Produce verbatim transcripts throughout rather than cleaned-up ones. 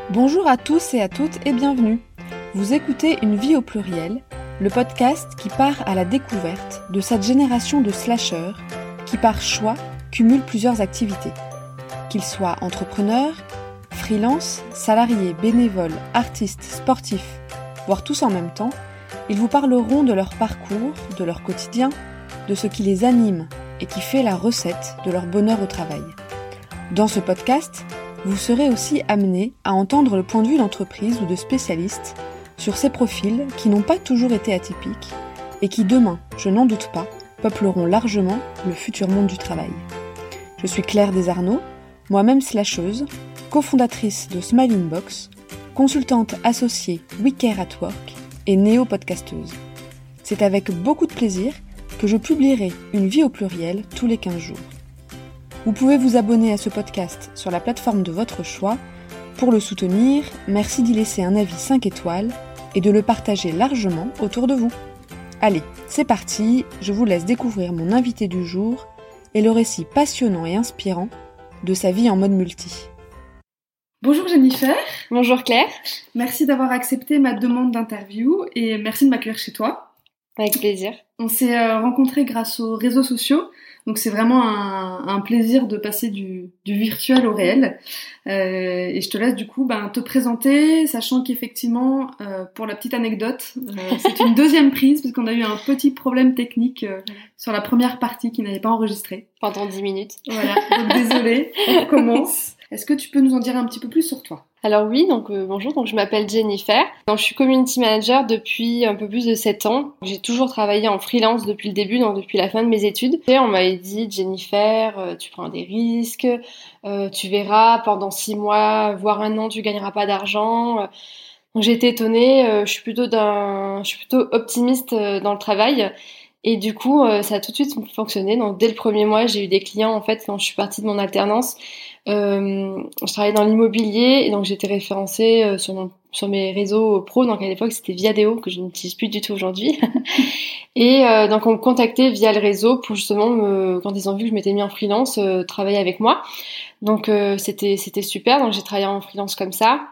Bonjour à tous et à toutes et bienvenue. Vous écoutez Une vie au pluriel, le podcast qui part à la découverte de cette génération de slasheurs qui par choix cumulent plusieurs activités. Qu'ils soient entrepreneurs, freelance, salariés, bénévoles, artistes, sportifs, voire tous en même temps, ils vous parleront de leur parcours, de leur quotidien, de ce qui les anime et qui fait la recette de leur bonheur au travail. Dans ce podcast, vous serez aussi amené à entendre le point de vue d'entreprises ou de spécialistes sur ces profils qui n'ont pas toujours été atypiques et qui demain, je n'en doute pas, peupleront largement le futur monde du travail. Je suis Claire Desarnaud, moi-même slasheuse, cofondatrice de Smile Inbox, consultante associée We Care at Work et néo-podcasteuse. C'est avec beaucoup de plaisir que je publierai Une vie au pluriel tous les quinze jours. Vous pouvez vous abonner à ce podcast sur la plateforme de votre choix. Pour le soutenir, merci d'y laisser un avis cinq étoiles et de le partager largement autour de vous. Allez, c'est parti, je vous laisse découvrir mon invité du jour et le récit passionnant et inspirant de sa vie en mode multi. Bonjour Jennifer. Bonjour Claire. Merci d'avoir accepté ma demande d'interview et merci de m'accueillir chez toi. Avec plaisir. On s'est euh, rencontrés grâce aux réseaux sociaux, donc c'est vraiment un, un plaisir de passer du, du virtuel au réel. Euh, et je te laisse du coup ben, te présenter, sachant qu'effectivement, euh, pour la petite anecdote, euh, c'est une deuxième prise parce qu'on a eu un petit problème technique euh, sur la première partie qui n'avait pas enregistré. Pendant dix minutes. Voilà, donc désolée, on recommence. Est-ce que tu peux nous en dire un petit peu plus sur toi ? Alors oui, donc euh, bonjour, donc je m'appelle Jennifer. Donc, je suis community manager depuis un peu plus de sept ans. J'ai toujours travaillé en freelance depuis le début, donc depuis la fin de mes études. Et on m'avait dit Jennifer, euh, tu prends des risques, euh, tu verras pendant six mois, voire un an, tu gagneras pas d'argent. Donc j'ai été étonnée. Euh, je suis plutôt d'un, je suis plutôt optimiste euh, dans le travail. Et du coup, euh, ça a tout de suite fonctionné. Donc dès le premier mois, j'ai eu des clients en fait quand je suis partie de mon alternance. Euh, je travaillais dans l'immobilier et donc j'étais référencée euh, sur, mon, sur mes réseaux pro. Donc à l'époque, c'était Viadeo que je n'utilise plus du tout aujourd'hui. Et euh, donc on me contactait via le réseau pour justement me, quand ils ont vu que je m'étais mis en freelance, euh, travailler avec moi. Donc euh, c'était c'était super. Donc j'ai travaillé en freelance comme ça.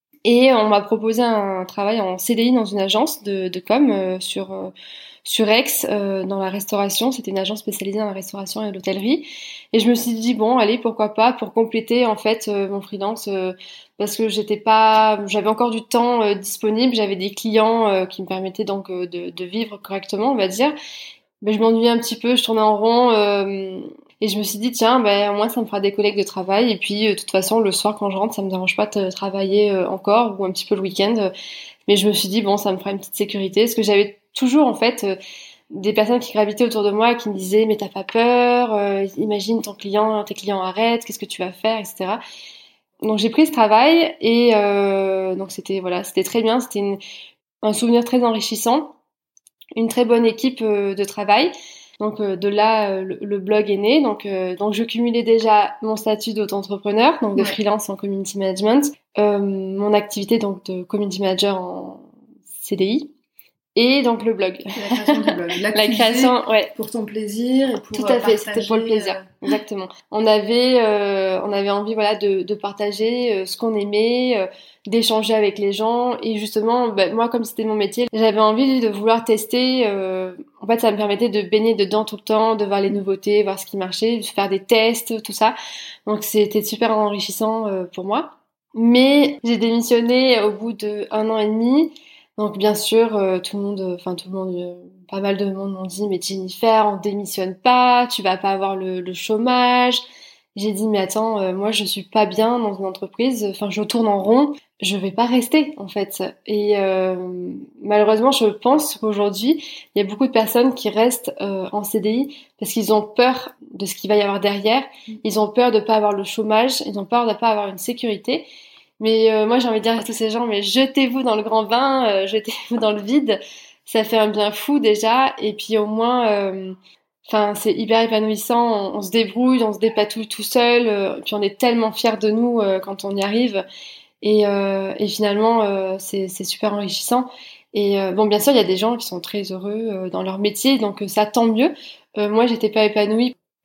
Et on m'a proposé un travail en C D I dans une agence de, de com euh, sur euh, sur Aix, euh, dans la restauration. C'était une agence spécialisée dans la restauration et l'hôtellerie. Et je me suis dit bon, allez, pourquoi pas, pour compléter en fait euh, mon freelance, euh, parce que j'étais pas, j'avais encore du temps euh, disponible, j'avais des clients euh, qui me permettaient donc euh, de, de vivre correctement, on va dire. Mais je m'ennuyais un petit peu, je tournais en rond. Euh, Et je me suis dit, tiens, ben, au moins, ça me fera des collègues de travail. Et puis, euh, de toute façon, le soir, quand je rentre, ça me dérange pas de travailler euh, encore ou un petit peu le week-end. Mais je me suis dit, bon, ça me fera une petite sécurité. Parce que j'avais toujours, en fait, euh, des personnes qui gravitaient autour de moi qui me disaient, mais t'as pas peur, euh, imagine ton client, tes clients arrêtent, qu'est-ce que tu vas faire, et cetera. Donc, j'ai pris ce travail et euh, donc c'était, voilà, c'était très bien. C'était une, un souvenir très enrichissant. Une très bonne équipe euh, de travail. Donc euh, de là, euh, le, le blog est né. Donc, euh, donc je cumulais déjà mon statut d'auto-entrepreneur, donc de ouais. freelance en community management, euh, mon activité donc de community manager en C D I, et donc le blog. La création du blog. La création, ouais. Pour ton plaisir et pour tout à fait. partager... C'était pour le plaisir, exactement. On avait, euh, on avait envie, voilà, de, de partager euh, ce qu'on aimait, euh, d'échanger avec les gens, et justement, bah, moi, comme c'était mon métier, j'avais envie de vouloir tester. Euh, en fait, ça me permettait de baigner dedans tout le temps, de voir les nouveautés, voir ce qui marchait, de faire des tests, tout ça. Donc, c'était super enrichissant euh, pour moi. Mais j'ai démissionné au bout de un an et demi. Donc bien sûr, euh, tout le monde, enfin tout le monde, euh, pas mal de monde m'ont dit mais Jennifer, on démissionne pas, tu vas pas avoir le, le chômage. J'ai dit mais attends, euh, moi je suis pas bien dans une entreprise, enfin je tourne en rond, je vais pas rester en fait. Et euh, malheureusement, je pense qu'aujourd'hui, il y a beaucoup de personnes qui restent euh, en C D I parce qu'ils ont peur de ce qu'il va y avoir derrière, ils ont peur de pas avoir le chômage, ils ont peur de pas avoir une sécurité. Mais euh, moi, j'ai envie de dire à tous ces gens, mais jetez-vous dans le grand bain, euh, jetez-vous dans le vide. Ça fait un bien fou déjà. Et puis au moins, enfin, euh, c'est hyper épanouissant. On, on se débrouille, on se dépatouille tout seul. Euh, puis on est tellement fiers de nous euh, quand on y arrive. Et, euh, et finalement, euh, c'est, c'est super enrichissant. Et euh, bon, bien sûr, il y a des gens qui sont très heureux euh, dans leur métier, donc euh, ça tant mieux. Euh, moi, j'étais pas épanouie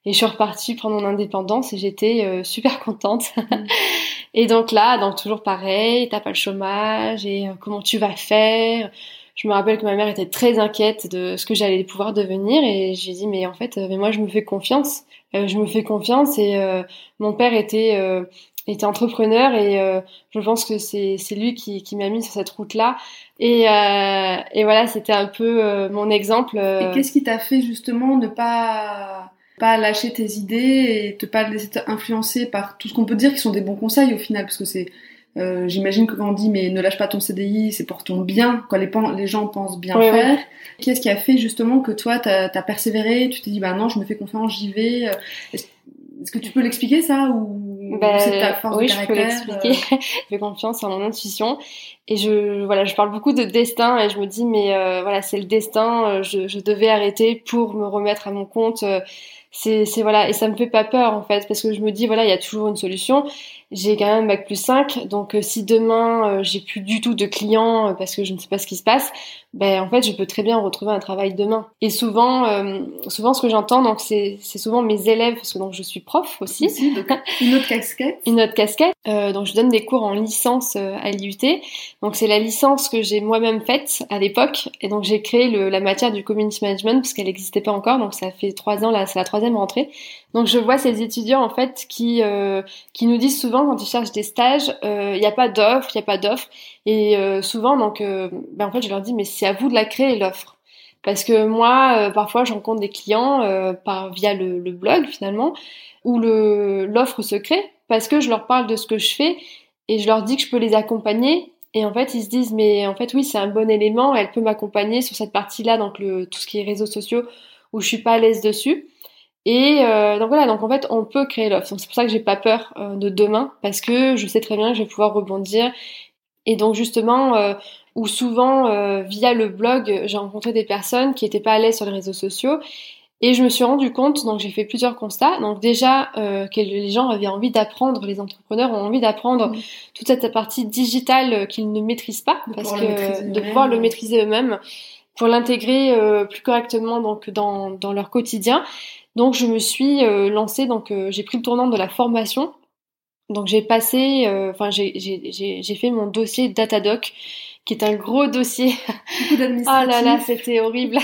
Et je suis repartie prendre mon indépendance et j'étais euh, super contente. Mmh. Et donc là, donc toujours pareil, t'as pas le chômage et euh, comment tu vas faire? Je me rappelle que ma mère était très inquiète de ce que j'allais pouvoir devenir et j'ai dit mais en fait, euh, mais moi je me fais confiance. Euh, je me fais confiance et euh, mon père était euh, était entrepreneur et euh, je pense que c'est c'est lui qui qui m'a mis sur cette route-là. Et euh, et voilà, c'était un peu euh, mon exemple. Et qu'est-ce qui t'a fait justement ne pas pas lâcher tes idées et te pas laisser influencer par tout ce qu'on peut dire qui sont des bons conseils au final, parce que c'est euh, j'imagine que quand on dit mais ne lâche pas ton C D I, c'est pour ton bien, quand les, les gens pensent bien oui, faire. Oui. Qu'est-ce qui a fait justement que toi t'as, t'as persévéré, tu t'es dit bah non je me fais confiance, j'y vais. Est-ce, est-ce que tu peux l'expliquer ça ou bah, c'est ta force oui, de caractère? Oui, je peux l'expliquer. Euh... je fais confiance en mon intuition et je voilà, je parle beaucoup de destin et je me dis mais euh, voilà c'est le destin, je, je devais arrêter pour me remettre à mon compte. Euh, c'est c'est voilà et ça me fait pas peur en fait parce que je me dis voilà il y a toujours une solution. J'ai quand même bac plus cinq, donc euh, si demain euh, j'ai plus du tout de clients euh, parce que je ne sais pas ce qui se passe, ben en fait je peux très bien retrouver un travail demain. Et souvent euh, souvent ce que j'entends donc c'est c'est souvent mes élèves parce que donc je suis prof aussi, aussi donc une autre casquette. Une autre casquette. Euh, donc je donne des cours en licence euh, à l'I U T. Donc c'est la licence que j'ai moi-même faite à l'époque et donc j'ai créé le, la matière du community management parce qu'elle n'existait pas encore. Donc ça fait trois ans là, c'est la troisième rentrée. Donc je vois ces étudiants en fait qui euh, qui nous disent souvent quand ils cherchent des stages, il euh, y a pas d'offre, il y a pas d'offre et euh, souvent donc euh, ben en fait je leur dis mais c'est à vous de la créer l'offre parce que moi euh, parfois je rencontre des clients euh, par via le, le blog finalement où le l'offre se crée parce que je leur parle de ce que je fais et je leur dis que je peux les accompagner et en fait ils se disent mais en fait oui c'est un bon élément, elle peut m'accompagner sur cette partie-là donc le tout ce qui est réseaux sociaux où je suis pas à l'aise dessus. Et euh, donc voilà, donc en fait on peut créer l'offre. Donc c'est pour ça que j'ai pas peur euh, de demain parce que je sais très bien que je vais pouvoir rebondir. Et donc justement, euh, ou souvent euh, via le blog, j'ai rencontré des personnes qui étaient pas à l'aise sur les réseaux sociaux et je me suis rendu compte. Donc j'ai fait plusieurs constats. Donc déjà euh, que les gens avaient envie d'apprendre, les entrepreneurs ont envie d'apprendre mmh. toute cette partie digitale qu'ils ne maîtrisent pas de parce que de pouvoir le maîtriser eux-mêmes pour l'intégrer euh, plus correctement donc dans dans leur quotidien. Donc je me suis euh, lancée, donc euh, j'ai pris le tournant de la formation. Donc j'ai passé, enfin euh, j'ai j'ai j'ai j'ai fait mon dossier Datadoc, qui est un gros dossier. Beaucoup d'administratif. Ah là là, c'était horrible.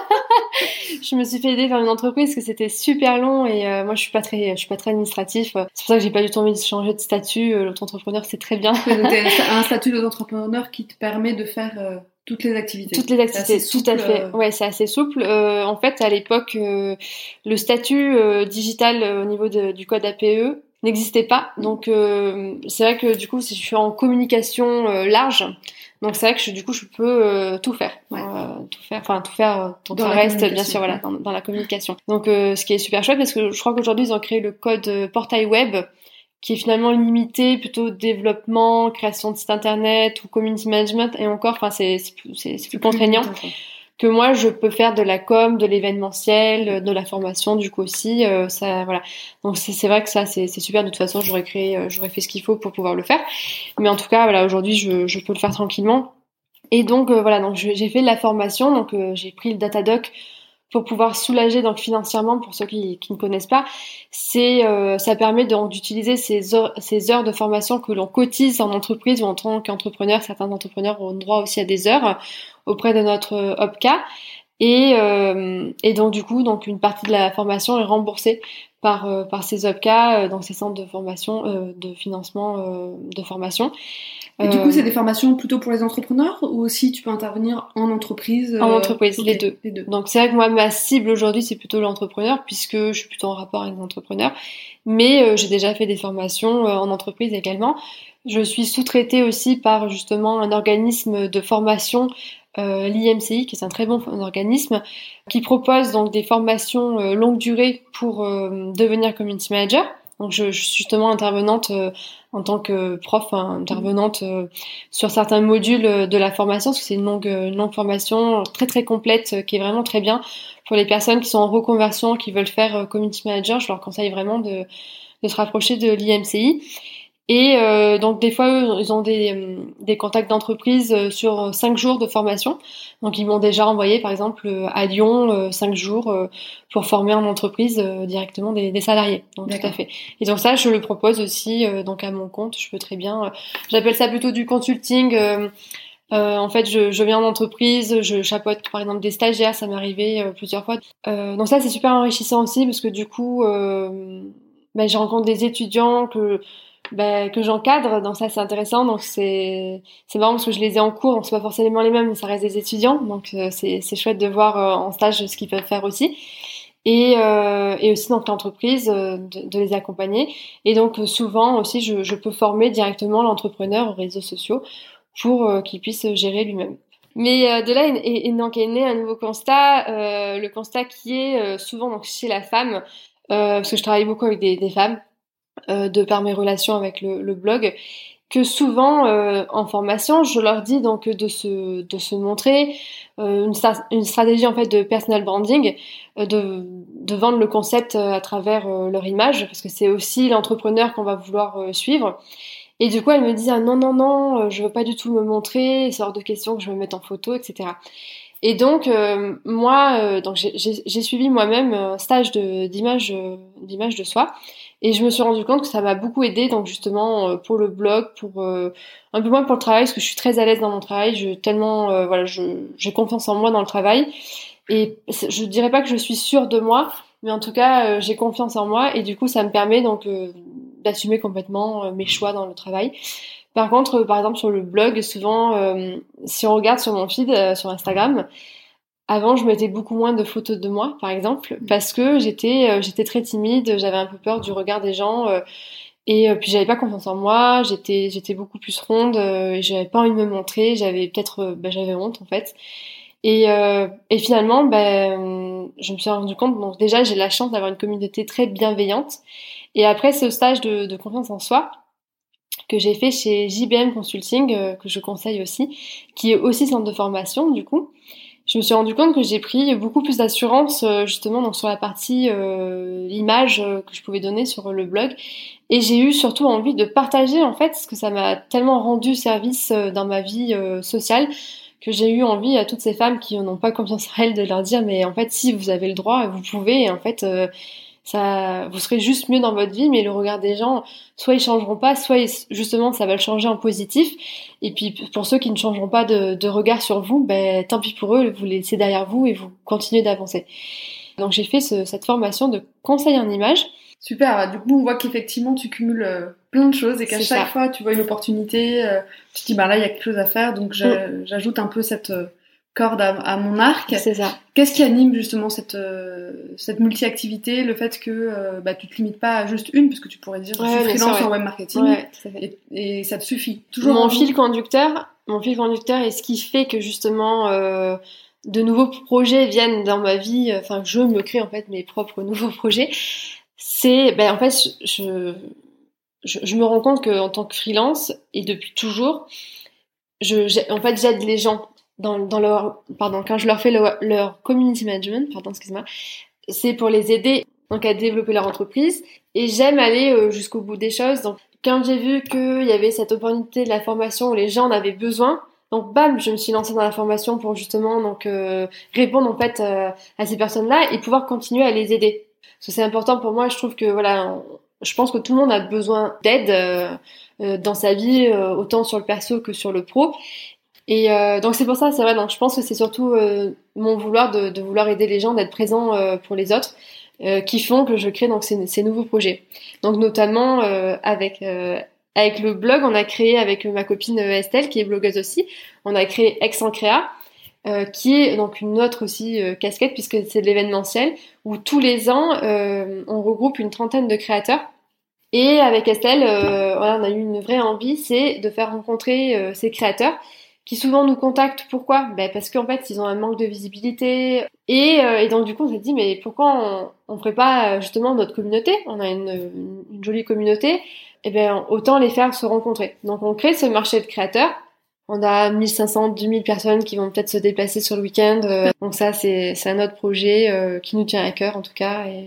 Je me suis fait aider par une entreprise parce que c'était super long et euh, moi je suis pas très je suis pas très administratif. C'est pour ça que j'ai pas du tout envie de changer de statut. L'auto-entrepreneur c'est très bien. Oui, donc t'as un statut d'auto-entrepreneur qui te permet de faire euh... toutes les activités. Toutes les activités, souple, tout à fait. Euh... Ouais, c'est assez souple. Euh, en fait, à l'époque, euh, le statut euh, digital euh, au niveau de, du code A P E n'existait pas. Donc, euh, c'est vrai que du coup, si je suis en communication euh, large, donc c'est vrai que je, du coup, je peux euh, tout faire, ouais. euh, tout faire, enfin tout faire. Tout reste bien sûr, voilà, dans, dans la communication. Donc, euh, ce qui est super chouette parce que je crois qu'aujourd'hui ils ont créé le code euh, portail web, qui est finalement limité plutôt développement, création de site internet ou community management et encore, enfin c'est c'est, c'est, c'est plus contraignant que moi je peux faire de la com, de l'événementiel, de la formation du coup aussi, euh, ça voilà. Donc c'est c'est vrai que ça c'est c'est super. De toute façon j'aurais créé, euh, j'aurais fait ce qu'il faut pour pouvoir le faire, mais en tout cas voilà aujourd'hui je je peux le faire tranquillement. Et donc euh, voilà donc je, j'ai fait de la formation, donc euh, j'ai pris le Datadoc pour pouvoir soulager donc financièrement pour ceux qui, qui ne connaissent pas, c'est euh, ça permet donc d'utiliser ces heures, ces heures de formation que l'on cotise en entreprise ou en tant qu'entrepreneur. Certains entrepreneurs ont droit aussi à des heures auprès de notre O P C A et euh, et donc du coup donc une partie de la formation est remboursée par euh, par ces O P C A, euh, donc ces centres de formation euh, de financement euh, de formation. Et du coup, c'est des formations plutôt pour les entrepreneurs ou aussi tu peux intervenir en entreprise euh... En entreprise, okay, les, deux. les deux. Donc c'est vrai que moi, ma cible aujourd'hui, c'est plutôt l'entrepreneur puisque je suis plutôt en rapport avec l'entrepreneur. Mais euh, j'ai déjà fait des formations euh, en entreprise également. Je suis sous-traitée aussi par justement un organisme de formation, euh, l'I M C I, qui est un très bon organisme, qui propose donc des formations euh, longue durée pour euh, devenir community manager. Donc je, je suis justement intervenante euh, en tant que prof, hein, intervenante euh, sur certains modules de la formation, parce que c'est une longue, une longue formation très très complète euh, qui est vraiment très bien pour les personnes qui sont en reconversion, qui veulent faire euh, community manager. Je leur conseille vraiment de, de se rapprocher de l'I M C I. Et euh, donc des fois eux, ils ont des, des contacts d'entreprise sur cinq jours de formation. Donc ils m'ont déjà envoyé par exemple à Lyon euh, cinq jours euh, pour former en entreprise euh, directement des, des salariés. Donc D'accord. Tout à fait. Et donc ça je le propose aussi euh, donc à mon compte. Je peux très bien. Euh, j'appelle ça plutôt du consulting. Euh, euh, en fait je, je viens en entreprise, je chapeaute par exemple des stagiaires. Ça m'est arrivé euh, plusieurs fois. Euh, donc ça c'est super enrichissant aussi parce que du coup euh, ben, je rencontre des étudiants que bah, que j'encadre, donc ça c'est intéressant, donc c'est c'est marrant parce que je les ai en cours, donc c'est pas forcément les mêmes, mais ça reste des étudiants, donc euh, c'est c'est chouette de voir euh, en stage ce qu'ils peuvent faire aussi, et euh, et aussi donc l'entreprise euh, de, de les accompagner, et donc euh, souvent aussi je je peux former directement l'entrepreneur aux réseaux sociaux pour euh, qu'il puisse gérer lui-même. Mais euh, de là est, est, est, donc est né un nouveau constat, euh, le constat qui est euh, souvent donc chez la femme, euh, parce que je travaille beaucoup avec des, des femmes. Euh, de par mes relations avec le, le blog, que souvent euh, en formation, je leur dis donc de se de se montrer euh, une, une stratégie en fait de personal branding, euh, de de vendre le concept à travers euh, leur image, parce que c'est aussi l'entrepreneur qu'on va vouloir euh, suivre. Et du coup, elle me dit ah non non non, je veux pas du tout me montrer, c'est hors de question que je me mette en photo, et cetera. Et donc euh, moi, euh, donc j'ai, j'ai, j'ai suivi moi-même un stage de d'image euh, d'image de soi. Et je me suis rendu compte que ça m'a beaucoup aidé, donc justement euh, pour le blog, pour euh, un peu moins pour le travail, parce que je suis très à l'aise dans mon travail. Je tellement, euh, voilà, je, j'ai confiance en moi dans le travail. Et je dirais pas que je suis sûre de moi, mais en tout cas, euh, j'ai confiance en moi. Et du coup, ça me permet donc euh, d'assumer complètement euh, mes choix dans le travail. Par contre, euh, par exemple sur le blog, souvent, euh, si on regarde sur mon feed euh, sur Instagram. Avant, je mettais beaucoup moins de photos de moi, par exemple, parce que j'étais euh, j'étais très timide, j'avais un peu peur du regard des gens, euh, et euh, puis j'avais pas confiance en moi, j'étais j'étais beaucoup plus ronde, euh, et j'avais pas envie de me montrer, j'avais peut-être euh, bah, j'avais honte en fait. Et euh, et finalement, ben je me suis rendu compte, donc déjà j'ai la chance d'avoir une communauté très bienveillante. Et après ce stage de, de confiance en soi que j'ai fait chez J B M Consulting, euh, que je conseille aussi, qui est aussi centre de formation du coup. Je me suis rendu compte que j'ai pris beaucoup plus d'assurance euh, justement donc sur la partie euh, image euh, que je pouvais donner sur le blog, et j'ai eu surtout envie de partager en fait parce que ça m'a tellement rendu service euh, dans ma vie euh, sociale que j'ai eu envie à toutes ces femmes qui n'ont pas confiance en elles de leur dire mais en fait si vous avez le droit vous pouvez, et en fait euh, ça, vous serez juste mieux dans votre vie, mais le regard des gens, soit ils changeront pas, soit ils, justement ça va le changer en positif. Et puis pour ceux qui ne changeront pas de, de regard sur vous, ben tant pis pour eux, vous les laissez derrière vous et vous continuez d'avancer. Donc j'ai fait ce, cette formation de conseil en image. Super, du coup on voit qu'effectivement tu cumules euh, plein de choses et qu'à C'est chaque ça. fois tu vois une opportunité, euh, tu te dis bah là il y a quelque chose à faire, donc j'a, mm. j'ajoute un peu cette euh, corde à, à mon arc. C'est ça. Qu'est-ce qui anime justement cette euh, cette multi-activité, le fait que euh, bah tu te limites pas à juste une, parce que tu pourrais dire je ouais, suis freelance ça, ouais. en web marketing, ouais, tout à fait. et, et ça te suffit. Toujours mon fil conducteur, mon fil conducteur est ce qui fait que justement euh, de nouveaux projets viennent dans ma vie. Enfin, je me crée en fait mes propres nouveaux projets. C'est ben en fait je je, je me rends compte que en tant que freelance et depuis toujours, je j'ai, en fait j'aide les gens. Dans, dans leur, pardon, quand je leur fais le, leur community management, pardon, excuse-moi, c'est pour les aider donc à développer leur entreprise, et j'aime aller euh, jusqu'au bout des choses. Donc, quand j'ai vu qu'il y avait cette opportunité de la formation où les gens en avaient besoin, donc bam, je me suis lancée dans la formation pour justement donc euh, répondre en fait euh, à ces personnes-là et pouvoir continuer à les aider. Parce que c'est important pour moi. Je trouve que voilà, je pense que tout le monde a besoin d'aide euh, euh, dans sa vie, euh, autant sur le perso que sur le pro. Et euh, donc c'est pour ça, c'est vrai, donc je pense que c'est surtout euh, mon vouloir de, de vouloir aider les gens, d'être présent euh, pour les autres, euh, qui font que je crée donc ces, ces nouveaux projets. Donc notamment euh, avec euh, avec le blog, on a créé avec ma copine Estelle, qui est blogueuse aussi, on a créé Ex en Créa, euh, qui est donc une autre aussi euh, casquette, puisque c'est de l'événementiel, où tous les ans euh, on regroupe une trentaine de créateurs. Et avec Estelle, euh, voilà, on a eu une vraie envie, c'est de faire rencontrer euh, ces créateurs qui souvent nous contactent. Pourquoi ? Ben parce qu'en fait, ils ont un manque de visibilité. Et, euh, et donc, du coup, on s'est dit, mais pourquoi on ne ferait pas justement notre communauté ? On a une, une, une jolie communauté. Et ben autant les faire se rencontrer. Donc, on crée ce marché de créateurs. On a mille cinq cents, deux mille personnes qui vont peut-être se déplacer sur le week-end. Donc ça, c'est, c'est un autre projet euh, qui nous tient à cœur, en tout cas. Et,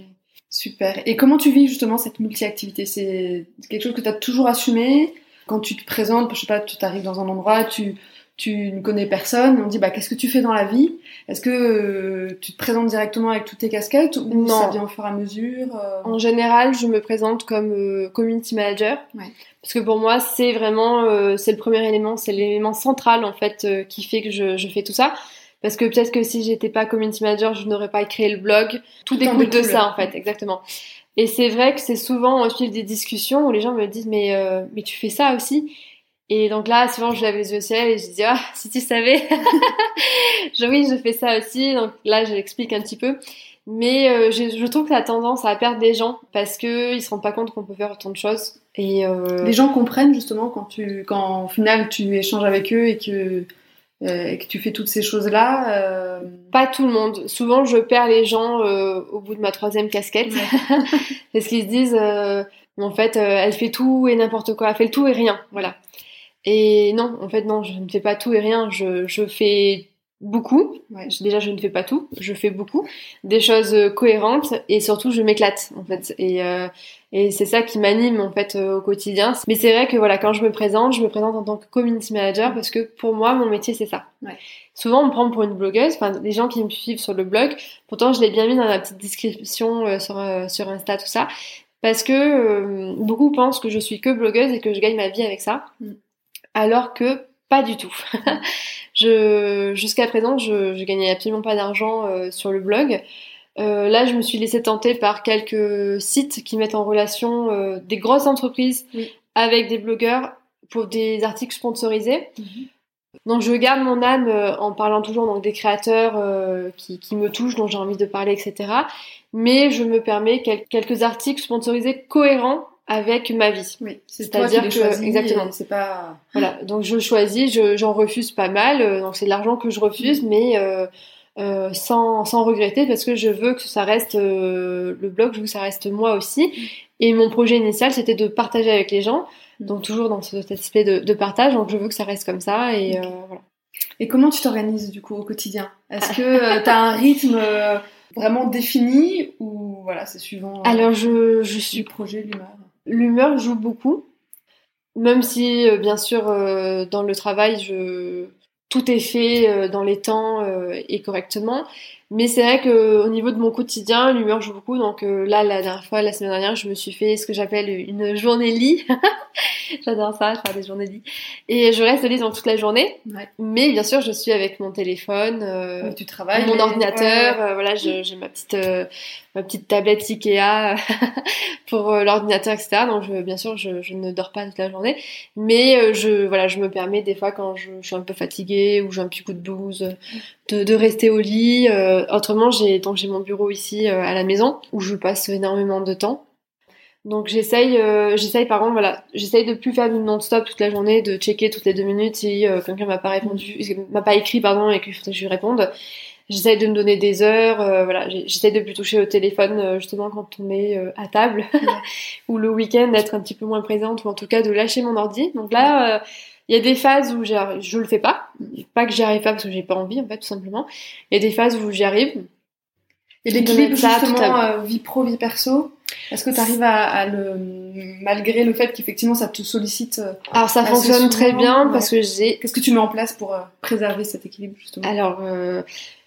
Super. Et comment tu vis justement cette multi-activité? C'est quelque chose que tu as toujours assumé? Quand tu te présentes, je sais pas, tu arrives dans un endroit, tu, tu ne connais personne, on dit bah qu'est-ce que tu fais dans la vie? Est-ce que euh, tu te présentes directement avec toutes tes casquettes ou Non. ça vient au fur et à mesure euh... En général, je me présente comme euh, community manager, ouais. Parce que pour moi, c'est vraiment euh, c'est le premier élément, c'est l'élément central en fait euh, qui fait que je, je fais tout ça. Parce que peut-être que si j'étais pas community manager, je n'aurais pas créé le blog. Tout, tout découle de ça en fait, exactement. Et c'est vrai que c'est souvent au fil des discussions où les gens me disent mais euh, mais tu fais ça aussi. Et donc là, souvent je lève les yeux au ciel et je dis ah si tu savais. je, oui, je fais ça aussi. Donc là, je l'explique un petit peu. Mais euh, je, je trouve que ça a tendance à perdre des gens parce que ils se rendent pas compte qu'on peut faire autant de choses. Et euh... les gens comprennent justement quand tu quand au final tu échanges avec eux et que Euh, et que tu fais toutes ces choses-là euh... Pas tout le monde. Souvent, je perds les gens euh, au bout de ma troisième casquette. Ouais. Parce qu'ils se disent, euh, en fait, euh, elle fait tout et n'importe quoi. Elle fait le tout et rien. Voilà. Et non, en fait, non, je ne fais pas tout et rien. Je, je fais beaucoup. Ouais. Déjà, je ne fais pas tout. Je fais beaucoup. Des choses cohérentes et surtout, je m'éclate, en fait. Et... Euh, Et c'est ça qui m'anime en fait euh, au quotidien. Mais c'est vrai que voilà, quand je me présente, je me présente en tant que community manager parce que pour moi, mon métier c'est ça. Ouais. Souvent, on me prend pour une blogueuse. Enfin, les gens qui me suivent sur le blog, pourtant je l'ai bien mis dans la petite description euh, sur euh, sur Insta tout ça, parce que euh, beaucoup pensent que je suis que blogueuse et que je gagne ma vie avec ça, mm. alors que pas du tout. je jusqu'à présent, je, je gagnais absolument pas d'argent euh, sur le blog. Euh, là, je me suis laissée tenter par quelques sites qui mettent en relation euh, des grosses entreprises oui. avec des blogueurs pour des articles sponsorisés. Mm-hmm. Donc, je garde mon âme euh, en parlant toujours donc, des créateurs euh, qui, qui me touchent, dont j'ai envie de parler, et cetera. Mais je me permets quel- quelques articles sponsorisés cohérents avec ma vie. Oui, c'est c'est-à-dire toi qui les que exactement, c'est pas voilà. Donc, je choisis, je, j'en refuse pas mal. Euh, donc, c'est de l'argent que je refuse, mm-hmm. mais euh, Euh, sans, sans regretter parce que je veux que ça reste euh, le blog, je veux que ça reste moi aussi. Et mon projet initial, c'était de partager avec les gens, donc toujours dans cet aspect de, de partage, donc je veux que ça reste comme ça. Et, okay. euh, voilà. Et comment tu t'organises du coup au quotidien? Est-ce que euh, tu as un rythme euh, vraiment défini ou voilà, c'est suivant euh, Alors je, je suis... le projet, l'humeur? L'humeur joue beaucoup, même si euh, bien sûr euh, dans le travail, je... tout est fait euh, dans les temps euh, et correctement. Mais c'est vrai que au niveau de mon quotidien, l'humeur joue beaucoup. Donc euh, là, la dernière fois, la semaine dernière, je me suis fait ce que j'appelle une journée lit. J'adore ça, faire des journées lit. Et je reste au lit dans toute la journée. Ouais. Mais bien sûr, je suis avec mon téléphone, euh, oui, tu travailles, mon mais... ordinateur. Ouais, ouais. Euh, voilà, je, j'ai ma petite euh, ma petite tablette Ikea pour euh, l'ordinateur, et cetera. Donc je, bien sûr, je, je ne dors pas toute la journée. Mais euh, je voilà, je me permets des fois quand je, je suis un peu fatiguée ou j'ai un petit coup de blues de, de rester au lit. Euh, autrement, j'ai donc j'ai mon bureau ici euh, à la maison où je passe énormément de temps. Donc j'essaye, euh, j'essaye par contre, voilà, j'essaye de plus faire du non-stop toute la journée, de checker toutes les deux minutes si euh, quelqu'un m'a pas répondu, m'a pas écrit pardon et qu'il faut que je lui réponde. J'essaye de me donner des heures, euh, voilà, j'essaye de plus toucher au téléphone euh, justement quand on est euh, à table ouais. ou le week-end d'être un petit peu moins présente ou en tout cas de lâcher mon ordi. Donc là. Euh, Il y a des phases où je le fais pas, pas que j'y arrive pas parce que j'ai pas envie en fait tout simplement. Il y a des phases où j'y arrive. Et l'équilibre justement à... euh, vie pro vie perso, est-ce que tu arrives à, à le malgré le fait qu'effectivement ça te sollicite euh, Alors ça fonctionne souvent, très bien ouais. parce que j'ai. Qu'est-ce que tu mets en place pour euh, préserver cet équilibre justement? Alors euh,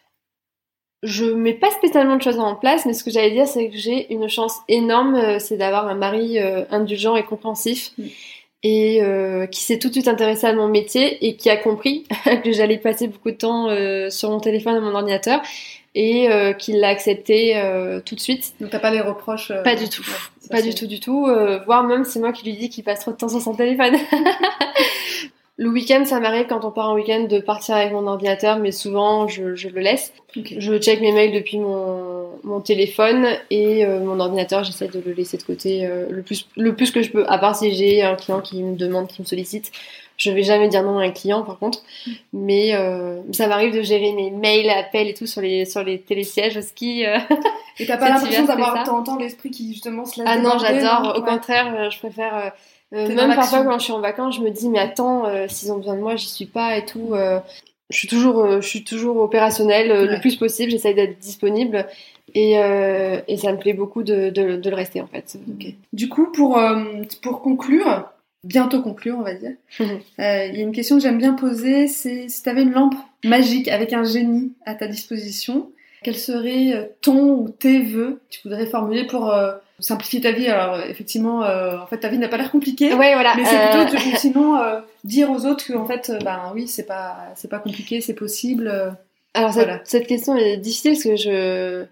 je mets pas spécialement de choses en place, mais ce que j'allais dire c'est que j'ai une chance énorme, euh, c'est d'avoir un mari euh, indulgent et compréhensif. Mm. Et euh, qui s'est tout de suite intéressé à mon métier et qui a compris que j'allais passer beaucoup de temps euh, sur mon téléphone et mon ordinateur et euh, qui l'a accepté euh, tout de suite. Donc t'as pas les reproches euh... Pas du tout, ouais, pas c'est... du tout, du tout. Euh, voire même c'est moi qui lui dis qu'il passe trop de temps sur son téléphone. Le week-end, ça m'arrive quand on part en week-end de partir avec mon ordinateur, mais souvent je, je le laisse. Okay. Je check mes mails depuis mon, mon téléphone et euh, mon ordinateur, j'essaie de le laisser de côté euh, le plus le plus que je peux. À part si j'ai un client qui me demande, qui me sollicite, je vais jamais dire non à un client par contre. Mais euh, ça m'arrive de gérer mes mails, appels et tout sur les sur les télésièges au ski. Euh, et t'as pas l'impression d'avoir de temps en temps l'esprit qui justement se laisse Ah non, déborder, j'adore. Non Au ouais. contraire, je préfère. Euh, Euh, même parfois quand je suis en vacances, je me dis mais attends, euh, s'ils ont besoin de moi, j'y suis pas et tout. Euh... je suis toujours, euh, je suis toujours opérationnelle euh, Ouais. le plus possible. J'essaye d'être disponible et, euh, et ça me plaît beaucoup de, de, de le rester en fait. Ok. Du coup, pour, euh, pour conclure, bientôt conclure, on va dire, il Mhm. euh, y a une question que j'aime bien poser, c'est si tu avais une lampe magique avec un génie à ta disposition, quels seraient euh, ton ou tes vœux que tu voudrais formuler pour euh, simplifier ta vie? Alors, euh, effectivement, euh, en fait, ta vie n'a pas l'air compliquée, Ouais, voilà. mais c'est euh, plutôt de- sinon euh, dire aux autres que, en fait, euh, ben oui, c'est pas, c'est pas compliqué, c'est possible. euh. Alors cette, Voilà. cette question est difficile parce que je,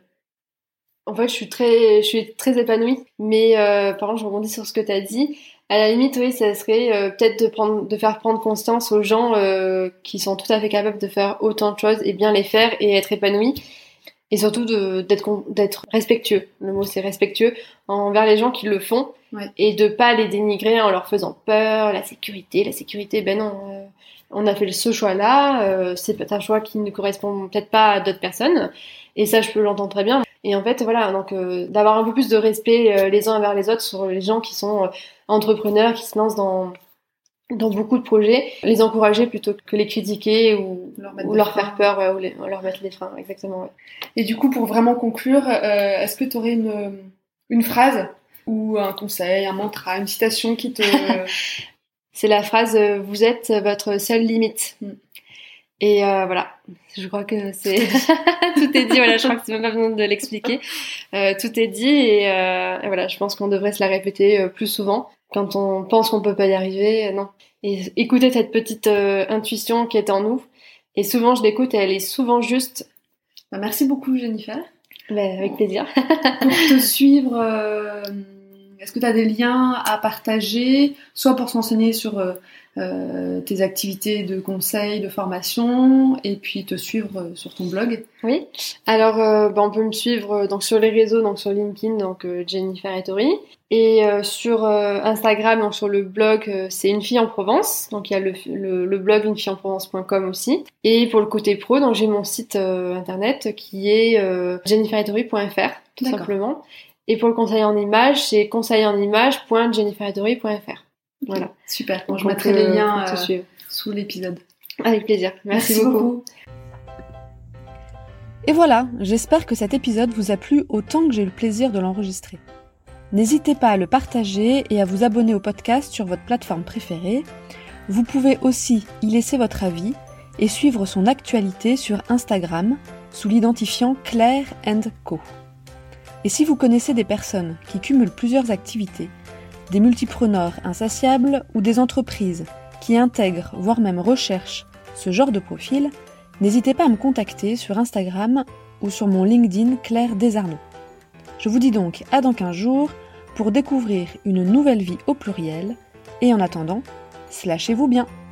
en fait, je suis très, je suis très épanouie. Mais euh, par contre, je rebondis sur ce que tu as dit. À la limite, oui, ça serait euh, peut-être de prendre, de faire prendre conscience aux gens euh, qui sont tout à fait capables de faire autant de choses et bien les faire et être épanouis. Et surtout de, d'être, con- d'être respectueux. Le mot c'est respectueux envers les gens qui le font. Ouais. Et de pas les dénigrer en leur faisant peur. La sécurité, la sécurité, ben non. euh, on a fait ce choix-là. Euh, c'est un choix qui ne correspond peut-être pas à d'autres personnes. Et ça, je peux l'entendre très bien. Et en fait, voilà, donc euh, d'avoir un peu plus de respect euh, les uns envers les autres sur les gens qui sont euh, entrepreneurs, qui se lancent dans dans beaucoup de projets, les encourager plutôt que les critiquer ou Leur mettre ou des leur freins. faire peur, ouais, ou les- ou leur mettre les freins, exactement. Ouais. Et du coup, pour vraiment conclure, euh, est-ce que tu aurais une, une phrase ou un conseil, un mantra, une citation qui te... C'est la phrase euh, vous êtes votre seule limite. Mm. Et euh, voilà, je crois que c'est tout est dit. Voilà, je crois que c'est même pas besoin de l'expliquer. Euh, tout est dit et, euh, et voilà, je pense qu'on devrait se la répéter euh, plus souvent quand on pense qu'on peut pas y arriver. euh, non, et écouter cette petite euh, intuition qui est en nous. Et souvent, je l'écoute et elle est souvent juste. Bah, merci beaucoup, Jennifer. Ben, avec plaisir. Pour te suivre, euh, est-ce que tu as des liens à partager, soit pour s'enseigner sur euh, euh, tes activités de conseil, de formation, et puis te suivre euh, sur ton blog? Oui. Alors, euh, ben, on peut me suivre euh, donc sur les réseaux, donc sur LinkedIn, donc euh, Jennifer Ettori, et euh, sur euh, Instagram, donc sur le blog, euh, c'est Une fille en Provence. Donc il y a le, le, le blog une fille en provence point com aussi. Et pour le côté pro, donc j'ai mon site euh, internet qui est euh, jennifer ettori point f r tout D'accord. simplement. Et pour le conseil en images, c'est conseil en images point jennifer ettori point f r. Voilà. Super. Bon, Donc, je on mettrai peut- les liens on peut te euh, suivre. sous l'épisode. Avec plaisir. Merci, beaucoup. Et voilà, j'espère que cet épisode vous a plu autant que j'ai eu le plaisir de l'enregistrer. N'hésitez pas à le partager et à vous abonner au podcast sur votre plateforme préférée. Vous pouvez aussi y laisser votre avis et suivre son actualité sur Instagram sous l'identifiant Claire and Co. Et si vous connaissez des personnes qui cumulent plusieurs activités, des multipreneurs insatiables ou des entreprises qui intègrent, voire même recherchent ce genre de profil, n'hésitez pas à me contacter sur Instagram ou sur mon LinkedIn Claire Desarnaud. Je vous dis donc à dans quinze jours pour découvrir une nouvelle vie au pluriel et en attendant, slashez-vous bien.